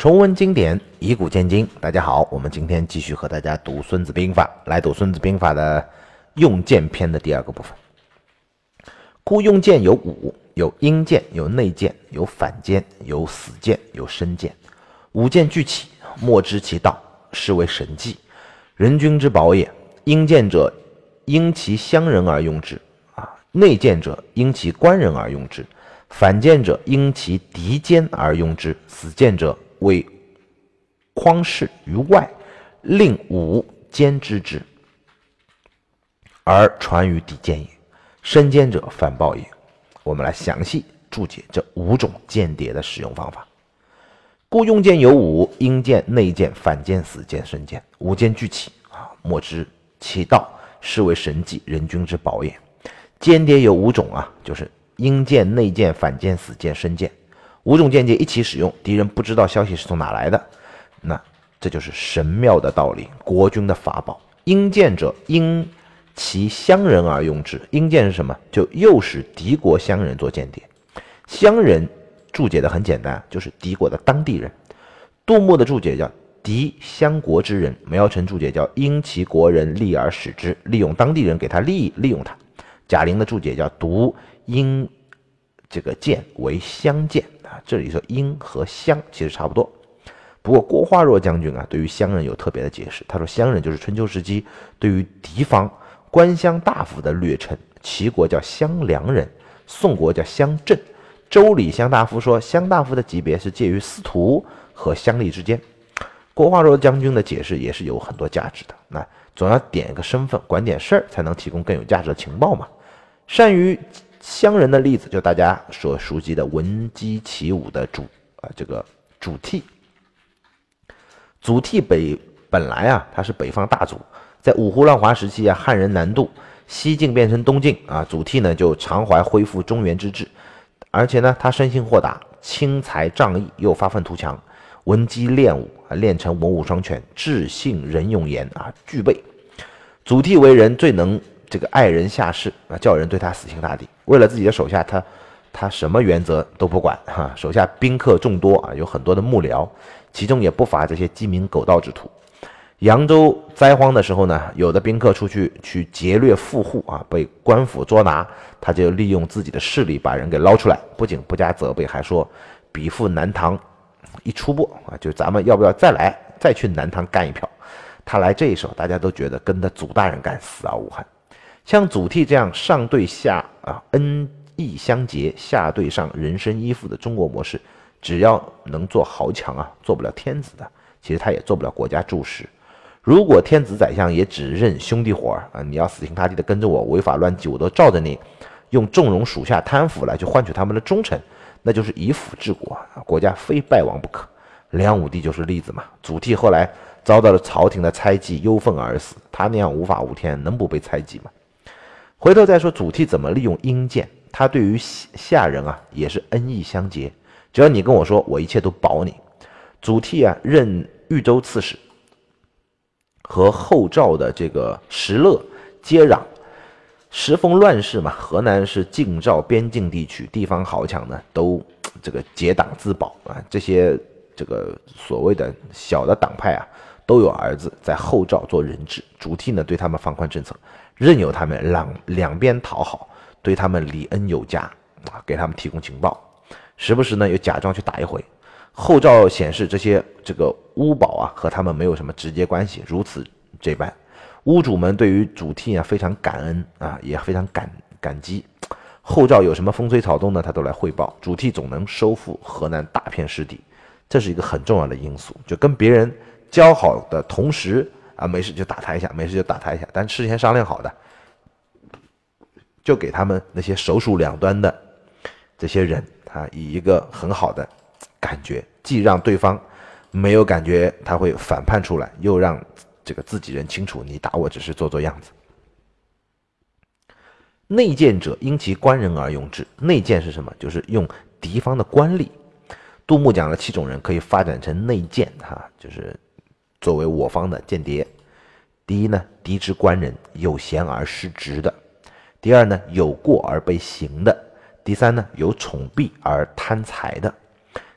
重温经典，以古鉴今。大家好，我们今天继续和大家读《孙子兵法》，来读《孙子兵法》的用剑篇的第二个部分。故用剑有五，有阴剑，有内剑，有反剑，有死剑，有生剑。五剑俱起，莫知其道，是为神技，人君之宝也。阴剑者，因其乡人而用之；内剑者，因其官人而用之；反剑者，因其敌坚而用之；死剑者，为匡室于外，令武兼之之，而传于敌间也。生奸者反报也。我们来详细注解这五种间谍的使用方法。故用剑有五：阴剑、内剑、反剑、死剑、生剑。五剑俱起，莫知其道，是为神技，人君之宝也。间谍有五种就是阴剑、内剑、反剑、死剑、生剑。五种间谍一起使用，敌人不知道消息是从哪来的，那这就是神妙的道理，国君的法宝。阴剑者，因其乡人而用之。阴剑是什么？就诱使敌国乡人做间谍。乡人注解的很简单，就是敌国的当地人。杜牧的注解叫敌乡国之人，梅尧臣注解叫因其国人利而使之，利用当地人给他利益，利用他。贾玲的注解叫读因这个剑为乡剑，这里说因和乡其实差不多。不过郭化若将军对于乡人有特别的解释，他说乡人就是春秋时期对于敌方官乡大夫的略称，齐国叫乡良人，宋国叫乡镇。周礼乡大夫说乡大夫的级别是介于司徒和乡吏之间。郭化若将军的解释也是有很多价值的，那总要点一个身份，管点事儿，才能提供更有价值的情报嘛。善于乡人的例子就大家所熟悉的闻鸡起舞的祖逖。祖逖本来他是北方大族，在五胡乱华时期汉人南渡，西晋变成东晋祖逖呢就常怀恢复中原之志，而且呢他生性豁达，轻财仗义，又发愤图强，闻鸡练武，练成文武双全，智信仁勇严具备。祖逖为人最能爱人下士叫人对他死心塌地。为了自己的手下，他什么原则都不管手下宾客众多有很多的幕僚，其中也不乏这些鸡鸣狗盗之徒。扬州灾荒的时候呢，有的宾客出去劫掠富户被官府捉拿，他就利用自己的势力把人给捞出来，不仅不加责备，还说彼赴南唐一出不就咱们要不要再去南唐干一票。他来这一手，大家都觉得跟着祖大人干死而无憾。像祖逖这样上对下恩义相结，下对上人身依附的中国模式，只要能做豪强做不了天子的，其实他也做不了国家柱石。如果天子宰相也只认兄弟伙你要死心塌地的跟着我，违法乱纪我都罩着你，用纵容属下贪腐来去换取他们的忠诚，那就是以腐治国，国家非败亡不可。梁武帝就是例子嘛。祖逖后来遭到了朝廷的猜忌，忧愤而死，他那样无法无天，能不被猜忌吗？回头再说祖逖怎么利用阴剑，他对于下人也是恩义相结，只要你跟我说，我一切都保你。祖逖任豫州刺史，和后赵的石勒接壤，时逢乱世嘛，河南是晋赵边境地区，地方豪强呢都结党自保这些所谓的小的党派都有儿子在后赵做人质。祖逖呢对他们放宽政策，任由他们两边讨好，对他们礼恩有加给他们提供情报，时不时呢又假装去打一回。后赵显示这些巫宝和他们没有什么直接关系，如此这般。巫主们对于祖逖非常感恩也非常感激。后赵有什么风吹草动呢，他都来汇报。祖逖总能收复河南大片失地，这是一个很重要的因素。就跟别人交好的同时没事就打他一下，没事就打他一下，但事先商量好的，就给他们那些首鼠两端的这些人以一个很好的感觉，既让对方没有感觉他会反叛出来，又让自己人清楚你打我只是做样子。内剑者，因其官人而用之。内剑是什么？就是用敌方的官吏。杜牧讲了7种人可以发展成内奸就是作为我方的间谍。第一呢，敌之官人，有贤而失职的；第二呢，有过而被刑的；第三呢，有宠婢而贪财的；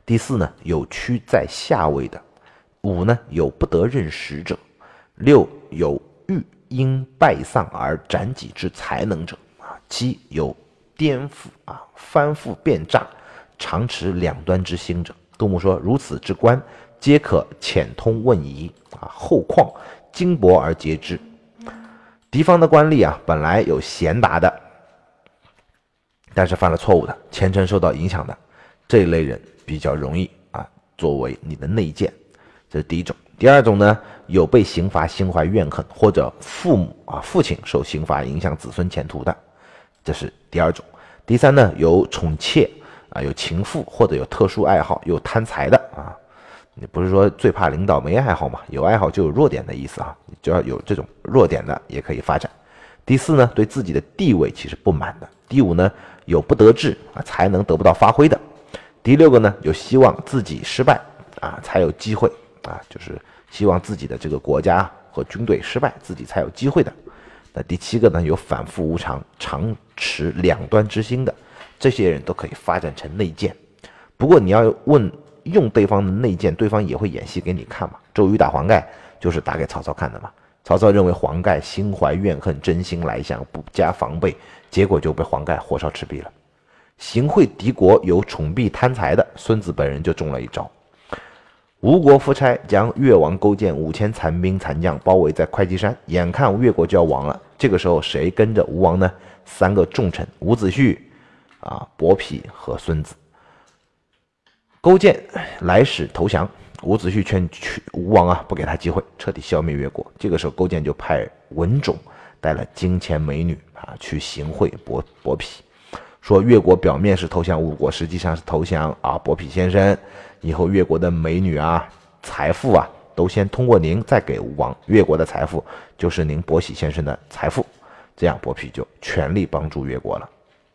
第4呢，有屈在下位的。5呢，有不得任时者。6有欲因败丧而斩己之才能者。7有颠覆翻覆变诈，常持两端之心者。杜牧说，如此之官，皆可浅通问疑后况精博而节之。敌方的官吏本来有贤达的，但是犯了错误的，前程受到影响的，这一类人比较容易作为你的内奸，这是第一种。第二种呢，有被刑罚心怀怨恨，或者父亲受刑罚影响子孙前途的，这是第二种。第3呢，有宠妾有情妇，或者有特殊爱好，有贪财的你不是说最怕领导没爱好嘛？有爱好就有弱点的意思你就要有这种弱点的也可以发展。第4呢，对自己的地位其实不满的。第5呢，有不得志才能得不到发挥的。第6个呢，有希望自己失败才有机会就是希望自己的这个国家和军队失败，自己才有机会的。那第7个呢，有反复无常，常持两端之心的，这些人都可以发展成内奸。不过你要问用对方的内奸，对方也会演戏给你看嘛。周瑜打黄盖就是打给曹操看的嘛。曹操认为黄盖心怀怨恨，真心来降，不加防备，结果就被黄盖火烧赤壁了。行贿敌国有宠婢贪财的，孙子本人就中了一招。吴国夫差将越王勾践5000残兵残将包围在会稽山，眼看越国就要亡了。这个时候谁跟着吴王呢？3个重臣，伍子胥伯嚭和孙子。勾践来使投降，伍子胥劝吴王不给他机会，彻底消灭越国。这个时候勾践就派文种带了金钱美女去行贿伯嚭，说越国表面是投降吴国，实际上是投降伯嚭先生，以后越国的美女财富都先通过您再给吴王，越国的财富就是您伯嚭先生的财富，这样伯嚭就全力帮助越国了。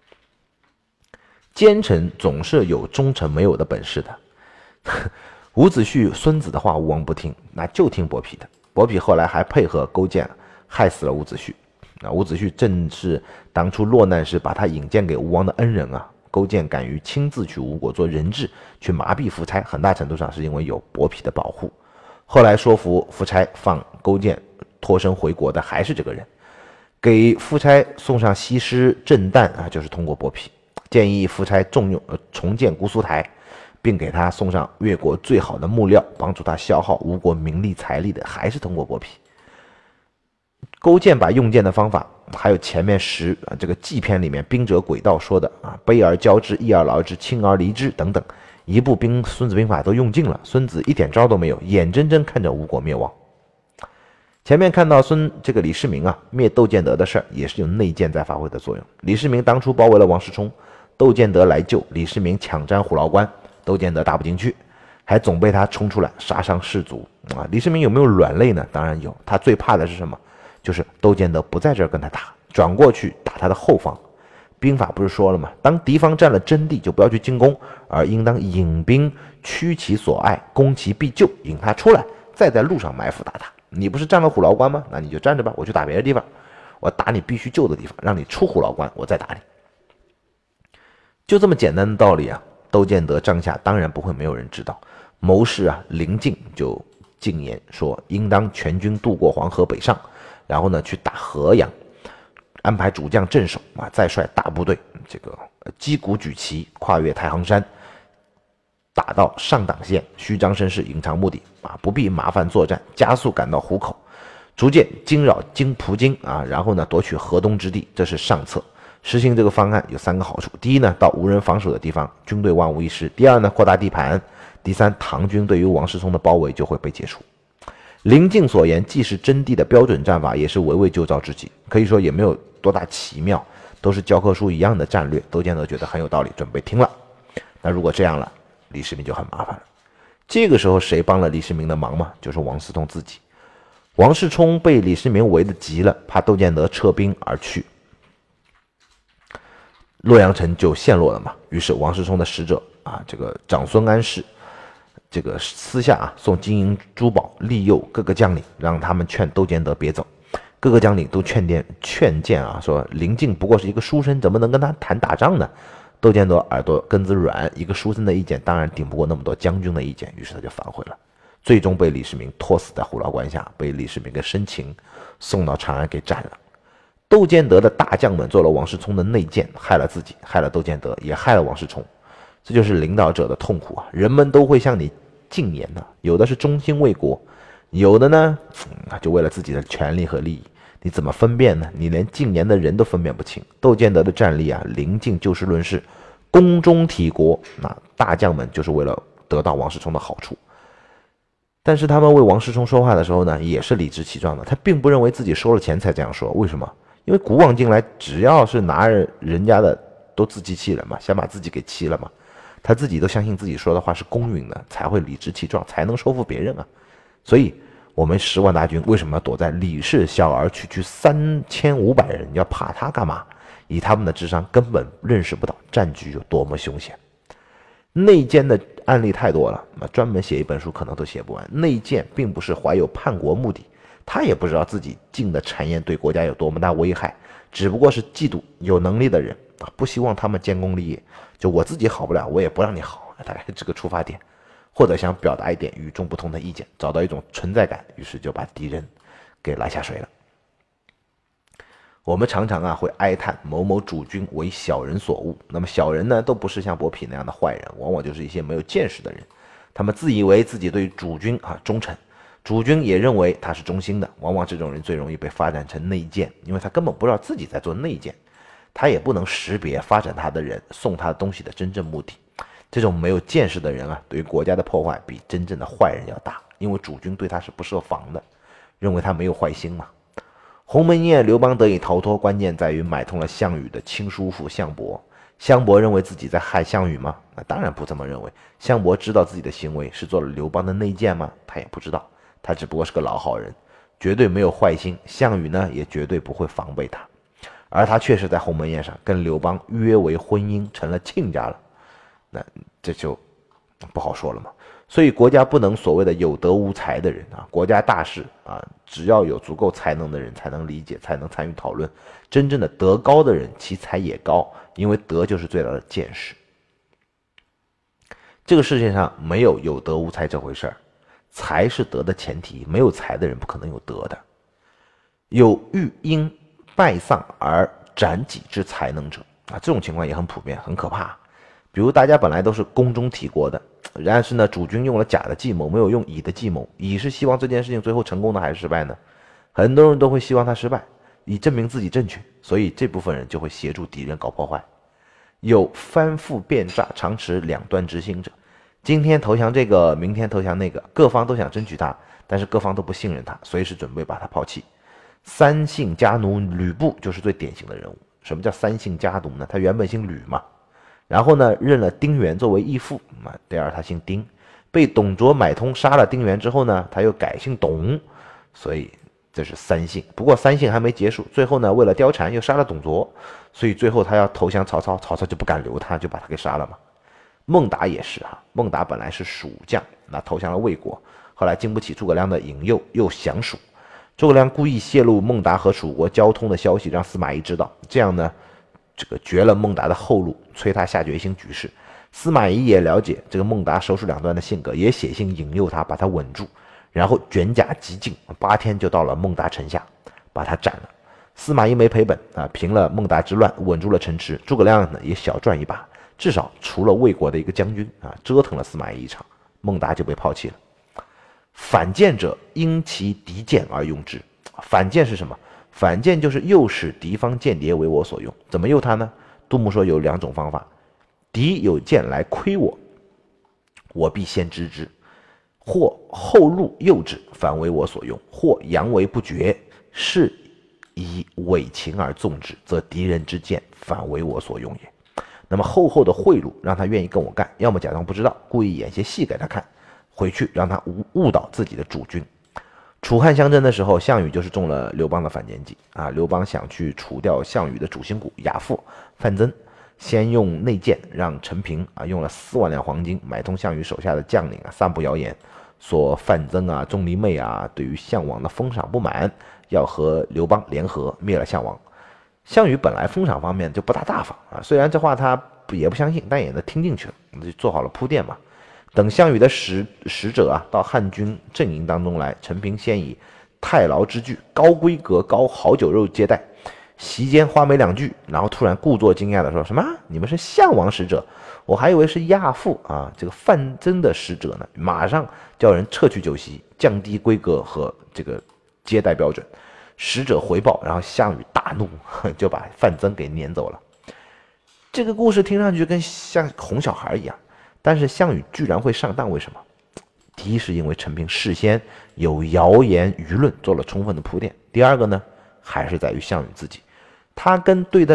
奸臣总是有忠臣没有的本事的。伍子胥、孙子的话吴王不听，那就听伯嚭的。伯嚭后来还配合勾践害死了伍子胥。伍子胥正是当初落难时把他引荐给吴王的恩人勾践敢于亲自去吴国做人质，去麻痹夫差，很大程度上是因为有伯嚭的保护。后来说服夫差放勾践脱身回国的还是这个人。给夫差送上西施震旦就是通过伯嚭。建议夫差重建姑苏台，并给他送上越国最好的木料，帮助他消耗吴国名利财力的还是通过伯嚭。勾践把用剑的方法，还有前面这个纪篇里面兵者诡道说的卑而骄之，义而劳之，轻而离之等等，一部孙子兵法都用尽了，孙子一点招都没有，眼睁睁看着吴国灭亡。前面看到这个李世民灭窦建德的事儿，也是有内奸在发挥的作用。李世民当初包围了王世充，窦建德来救，李世民抢占虎牢关，窦建德打不进去，还总被他冲出来杀伤士卒李世民有没有软肋呢？当然有，他最怕的是什么？就是窦建德不在这儿跟他打，转过去打他的后方。兵法不是说了吗？当敌方占了阵地，就不要去进攻，而应当引兵驱其所爱，攻其必救，引他出来，再在路上埋伏打他。你不是占了虎牢关吗？那你就站着吧，我去打别的地方，我打你必须救的地方，让你出虎牢关，我再打你。就这么简单的道理窦建德帐下当然不会没有人知道。谋士林敬就进言说，应当全军渡过黄河北上，然后呢去打河阳，安排主将镇守再率大部队这个击鼓举旗，跨越太行山，打到上党县，虚张声势，隐藏目的不必麻烦作战，加速赶到湖口，逐渐惊扰蒲津然后呢夺取河东之地，这是上策。实行这个方案有3个好处：第一呢，到无人防守的地方，军队万无一失；第二呢，扩大地盘；第三，唐军对于王世充的包围就会被解除。林敬所言既是真谛的标准战法，也是围魏救赵之计，可以说也没有多大奇妙，都是教科书一样的战略。窦建德觉得很有道理，准备听了。那如果这样了，李世民就很麻烦了。这个时候谁帮了李世民的忙嘛？就是王思聪自己。王世充被李世民围得急了，怕窦建德撤兵而去，洛阳城就陷落了嘛。于是王世充的使者这个长孙安世这个私下送金银珠宝，利诱各个将领，让他们劝窦建德别走。各个将领都劝谏说，林敬不过是一个书生，怎么能跟他谈打仗呢？ 窦建德耳朵根子软，一个书生的意见当然顶不过那么多将军的意见，于是他就反悔了，最终被李世民拖死在虎牢关下，被李世民给生擒，送到长安给斩了。窦建德的大将们做了王世充的内奸，害了自己，害了窦建德，也害了王世充。这就是领导者的痛苦啊！人们都会向你进言的，有的是忠心为国，有的呢，就为了自己的权利和利益。你怎么分辨呢？你连进言的人都分辨不清。窦建德的战例啊，临近就事论事，宫中体国，那大将们就是为了得到王世充的好处。但是他们为王世充说话的时候呢，也是理直气壮的，他并不认为自己收了钱才这样说。为什么？因为古往今来，只要是拿人家的，都自欺欺人嘛，想把自己给欺了嘛。他自己都相信自己说的话是公允的，才会理直气壮，才能说服别人啊。所以我们10万大军为什么要躲在李氏小儿区3500人，要怕他干嘛？以他们的智商根本认识不到战局有多么凶险。内奸的案例太多了，专门写一本书可能都写不完。内奸并不是怀有叛国目的，他也不知道自己进的谗言对国家有多么大危害，只不过是嫉妒有能力的人啊，不希望他们建功立业，就我自己好不了，我也不让你好，大概这个出发点。或者想表达一点与众不同的意见，找到一种存在感，于是就把敌人给拉下水了。我们常常会哀叹某某主君为小人所误，那么小人呢，都不是像伯嚭那样的坏人，往往就是一些没有见识的人，他们自以为自己对主君忠诚，主君也认为他是忠心的，往往这种人最容易被发展成内奸，因为他根本不知道自己在做内奸，他也不能识别发展他的人送他的东西的真正目的。这种没有见识的人啊，对于国家的破坏比真正的坏人要大，因为主君对他是不设防的，认为他没有坏心嘛。鸿门宴，刘邦得以逃脱，关键在于买通了项羽的亲叔父项伯。项伯认为自己在害项羽吗？那当然不这么认为。项伯知道自己的行为是做了刘邦的内奸吗？他也不知道，他只不过是个老好人，绝对没有坏心。项羽呢，也绝对不会防备他，而他确实在鸿门宴上跟刘邦约为婚姻，成了亲家了。那这就不好说了嘛。所以国家不能所谓的有德无才的人啊，国家大事啊，只要有足够才能的人才能理解，才能参与讨论。真正的德高的人，其才也高，因为德就是最大的见识。这个世界上没有有德无才这回事儿，才是德的前提，没有才的人不可能有德的。有欲因败丧而斩己之才能者啊，这种情况也很普遍，很可怕。比如大家本来都是宫中体国的，但是呢，主君用了假的计谋，没有用乙的计谋。乙是希望这件事情最后成功呢，还是失败呢？很多人都会希望他失败，以证明自己正确，所以这部分人就会协助敌人搞破坏。有翻覆变诈，常持两端之心者，今天投降这个，明天投降那个，各方都想争取他，但是各方都不信任他，随时准备把他抛弃。三姓家奴吕布就是最典型的人物。什么叫三姓家奴呢？他原本姓吕嘛，然后呢，认了丁原作为义父，第二他姓丁，被董卓买通杀了丁原之后呢，他又改姓董，所以这是三姓。不过三姓还没结束，最后呢，为了貂蝉又杀了董卓，所以最后他要投降曹操，曹操就不敢留他，就把他给杀了嘛。孟达也是孟达本来是蜀将，那投降了魏国，后来经不起诸葛亮的引诱，又降蜀。诸葛亮故意泄露孟达和蜀国交通的消息，让司马懿知道，这样呢，这个绝了孟达的后路，催他下决心举事。司马懿也了解这个孟达手术两端的性格，也写信引诱他，把他稳住，然后卷甲急进，8天就到了孟达城下，把他斩了。司马懿没赔本平了孟达之乱，稳住了城池。诸葛亮呢也小赚一把，至少除了魏国的一个将军折腾了司马懿一场，孟达就被抛弃了。反间者因其敌间而用之。反间是什么？反间就是诱使敌方间谍为我所用。怎么诱他呢？杜牧说有2种方法：敌有间来窥我，我必先知之；或后路诱之，反为我所用；或阳为不决，是以伪情而纵之，则敌人之见反为我所用也。那么厚厚的贿赂，让他愿意跟我干，要么假装不知道，故意演些戏给他看，回去让他误导自己的主君。楚汉相争的时候，项羽就是中了刘邦的反间计刘邦想去除掉项羽的主心骨亚父范增，先用内奸让陈平用了4万两黄金买通项羽手下的将领散布谣言，说范增钟离昧对于项王的封赏不满，要和刘邦联合灭了项王。项羽本来封赏方面就不大大方虽然这话他也不相信，但也能听进去了，就做好了铺垫嘛。等项羽的使者到汉军阵营当中来，陈平先以太牢之具、高规格、高好酒肉接待。席间话没两句，然后突然故作惊讶的说：“什么？你们是项王使者？我还以为是亚父啊！这个范增的使者呢？”马上叫人撤去酒席，降低规格和这个接待标准。使者回报，然后项羽大怒，就把范增给撵走了。这个故事听上去跟像哄小孩一样，但是项羽居然会上当，为什么？第一是因为陈平事先有谣言舆论做了充分的铺垫，第二个呢，还是在于项羽自己，他跟着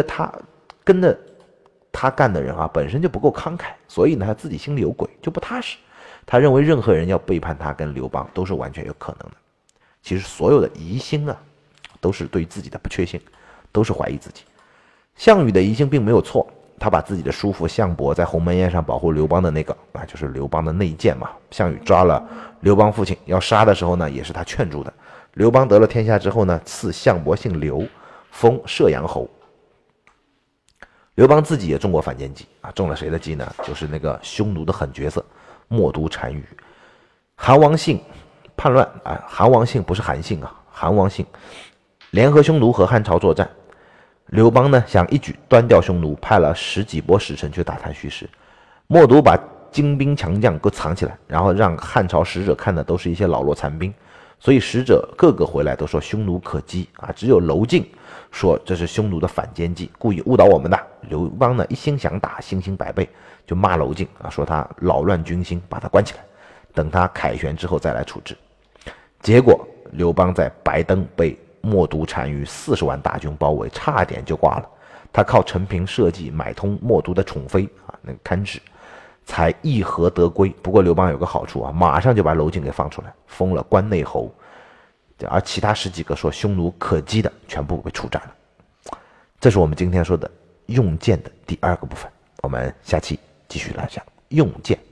他干的人啊，本身就不够慷慨，所以呢，他自己心里有鬼，就不踏实。他认为任何人要背叛他跟刘邦都是完全有可能的。其实所有的疑心啊，都是对自己的不确信，都是怀疑自己。项羽的疑心并没有错，他把自己的叔父项伯在鸿门宴上保护刘邦的那个啊，就是刘邦的内奸嘛。项羽抓了刘邦父亲要杀的时候呢，也是他劝住的。刘邦得了天下之后呢，赐项伯姓刘，封射阳侯。刘邦自己也中过反间计啊，中了谁的计呢？就是那个匈奴的狠角色冒毒单于。韩王信叛乱啊，韩王信不是韩信啊，韩王信联合匈奴和汉朝作战。刘邦呢想一举端掉匈奴，派了10几波使臣去打探虚实。冒毒把精兵强将都藏起来，然后让汉朝使者看的都是一些老弱残兵，所以使者个个回来都说匈奴可击啊，只有娄敬说这是匈奴的反间计，故意误导我们的。刘邦呢一心想打，信心百倍，就骂娄敬啊，说他扰乱军心，把他关起来，等他凯旋之后再来处置。结果刘邦在白登被冒毒单于40万大军包围，差点就挂了。他靠陈平设计买通冒毒的宠妃啊，那个看使，才议和得归。不过刘邦有个好处啊，马上就把娄敬给放出来，封了关内侯。而其他10几个说匈奴可击的，全部被处斩了。这是我们今天说的用剑的第2个部分，我们下期继续来讲用剑。